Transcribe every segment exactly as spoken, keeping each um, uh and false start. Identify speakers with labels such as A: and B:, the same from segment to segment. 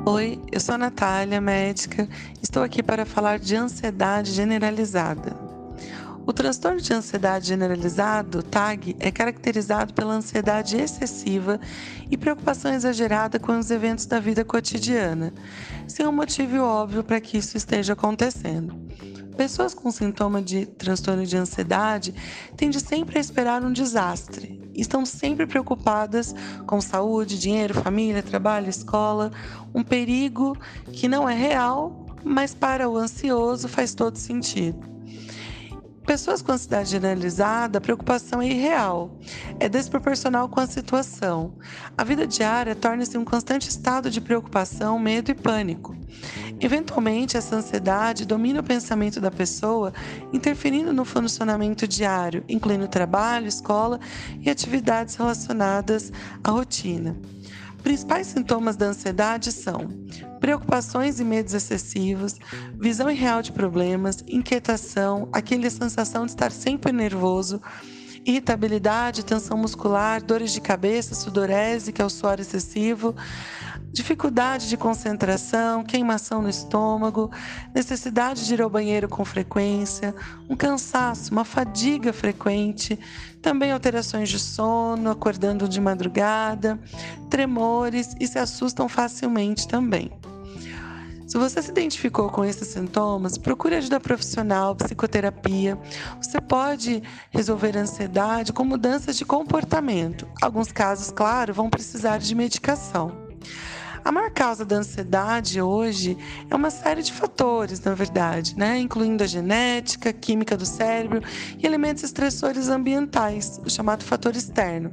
A: Oi, eu sou a Natália, médica. Estou aqui para falar de ansiedade generalizada. O transtorno de ansiedade generalizado, T A G, é caracterizado pela ansiedade excessiva e preocupação exagerada com os eventos da vida cotidiana, sem um motivo óbvio para que isso esteja acontecendo. Pessoas com sintoma de transtorno de ansiedade tendem sempre a esperar um desastre. Estão sempre preocupadas com saúde, dinheiro, família, trabalho, escola, um perigo que não é real, mas para o ansioso faz todo sentido. Pessoas com ansiedade generalizada, a preocupação é irreal, é desproporcional com a situação. A vida diária torna-se um constante estado de preocupação, medo e pânico. Eventualmente, essa ansiedade domina o pensamento da pessoa, interferindo no funcionamento diário, incluindo trabalho, escola e atividades relacionadas à rotina. Principais sintomas da ansiedade são preocupações e medos excessivos, visão irreal de problemas, inquietação, aquela sensação de estar sempre nervoso, irritabilidade, tensão muscular, dores de cabeça, sudorese, que é o suor excessivo, dificuldade de concentração, queimação no estômago, necessidade de ir ao banheiro com frequência, um cansaço, uma fadiga frequente, também alterações de sono, acordando de madrugada, tremores e se assustam facilmente também. Se você se identificou com esses sintomas, procure ajuda profissional, psicoterapia. Você pode resolver a ansiedade com mudanças de comportamento. Alguns casos, claro, vão precisar de medicação. A maior causa da ansiedade hoje é uma série de fatores, na verdade, né? Incluindo a genética, a química do cérebro e elementos estressores ambientais, o chamado fator externo.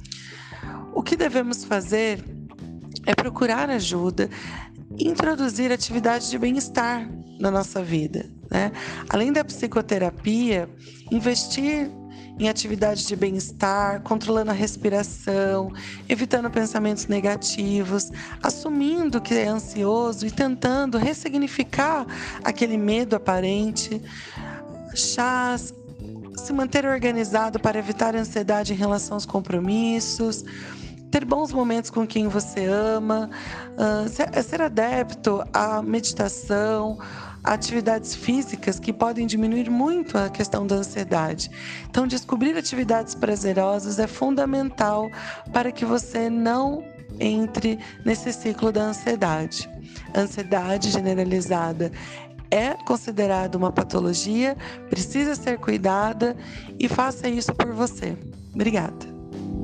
A: O que devemos fazer é procurar ajuda e introduzir atividade de bem-estar na nossa vida, né? Além da psicoterapia, investir em atividade de bem-estar, controlando a respiração, evitando pensamentos negativos, assumindo que é ansioso e tentando ressignificar aquele medo aparente, chás, se manter organizado para evitar a ansiedade em relação aos compromissos, ter bons momentos com quem você ama, uh, ser, ser adepto à meditação, a atividades físicas que podem diminuir muito a questão da ansiedade. Então, descobrir atividades prazerosas é fundamental para que você não entre nesse ciclo da ansiedade. A ansiedade generalizada é considerada uma patologia, precisa ser cuidada e faça isso por você. Obrigada.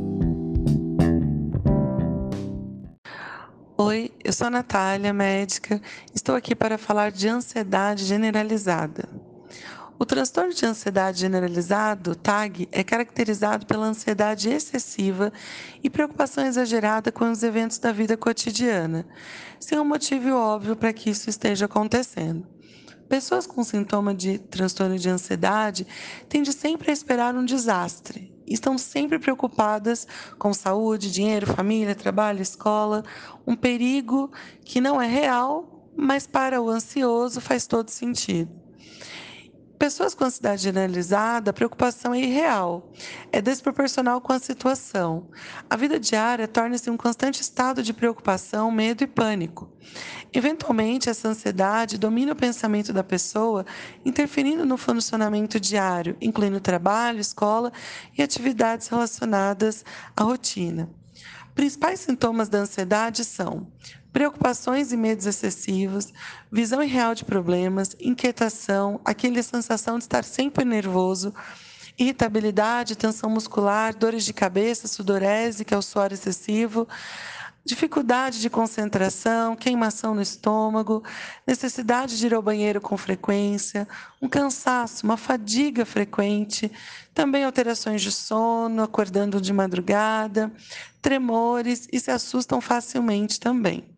A: Oi, eu sou a Natália, médica. Estou aqui para falar de ansiedade generalizada. O transtorno de ansiedade generalizado, T A G, é caracterizado pela ansiedade excessiva e preocupação exagerada com os eventos da vida cotidiana, sem um motivo óbvio para que isso esteja acontecendo. Pessoas com sintoma de transtorno de ansiedade tendem sempre a esperar um desastre. Estão sempre preocupadas com saúde, dinheiro, família, trabalho, escola, um perigo que não é real, mas para o ansioso faz todo sentido. Pessoas com ansiedade generalizada, a preocupação é irreal, é desproporcional com a situação. A vida diária torna-se um constante estado de preocupação, medo e pânico. Eventualmente, essa ansiedade domina o pensamento da pessoa, interferindo no funcionamento diário, incluindo trabalho, escola e atividades relacionadas à rotina. Principais sintomas da ansiedade são preocupações e medos excessivos, visão irreal de problemas, inquietação, aquela sensação de estar sempre nervoso, irritabilidade, tensão muscular, dores de cabeça, sudorese, que é o suor excessivo, dificuldade de concentração, queimação no estômago, necessidade de ir ao banheiro com frequência, um cansaço, uma fadiga frequente, também alterações de sono, acordando de madrugada, tremores e se assustam facilmente também.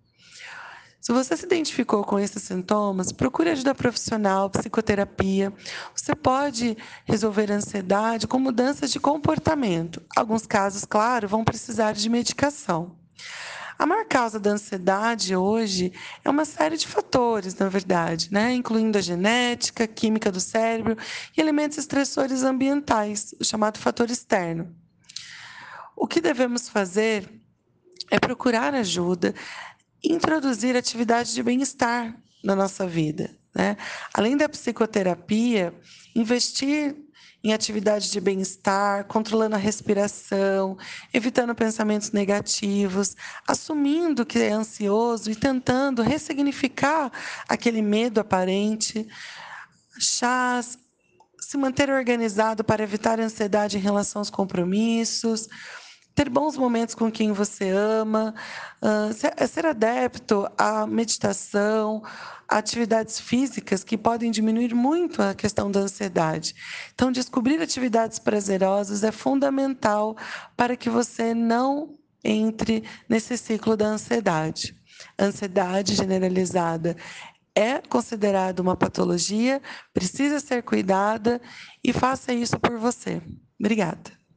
A: Se você se identificou com esses sintomas, procure ajuda profissional, psicoterapia. Você pode resolver a ansiedade com mudanças de comportamento. Alguns casos, claro, vão precisar de medicação. A maior causa da ansiedade hoje é uma série de fatores, na verdade, né? Incluindo a genética, a química do cérebro e elementos estressores ambientais, o chamado fator externo. O que devemos fazer é procurar ajuda introduzir atividade de bem-estar na nossa vida, né? Além da psicoterapia, investir em atividade de bem-estar, controlando a respiração, evitando pensamentos negativos, assumindo que é ansioso e tentando ressignificar aquele medo aparente, chás, se manter organizado para evitar a ansiedade em relação aos compromissos, ter bons momentos com quem você ama, hã, ser ser adepto à meditação, a atividades físicas que podem diminuir muito a questão da ansiedade. Então, descobrir atividades prazerosas é fundamental para que você não entre nesse ciclo da ansiedade. A ansiedade generalizada é considerada uma patologia, precisa ser cuidada e faça isso por você. Obrigada.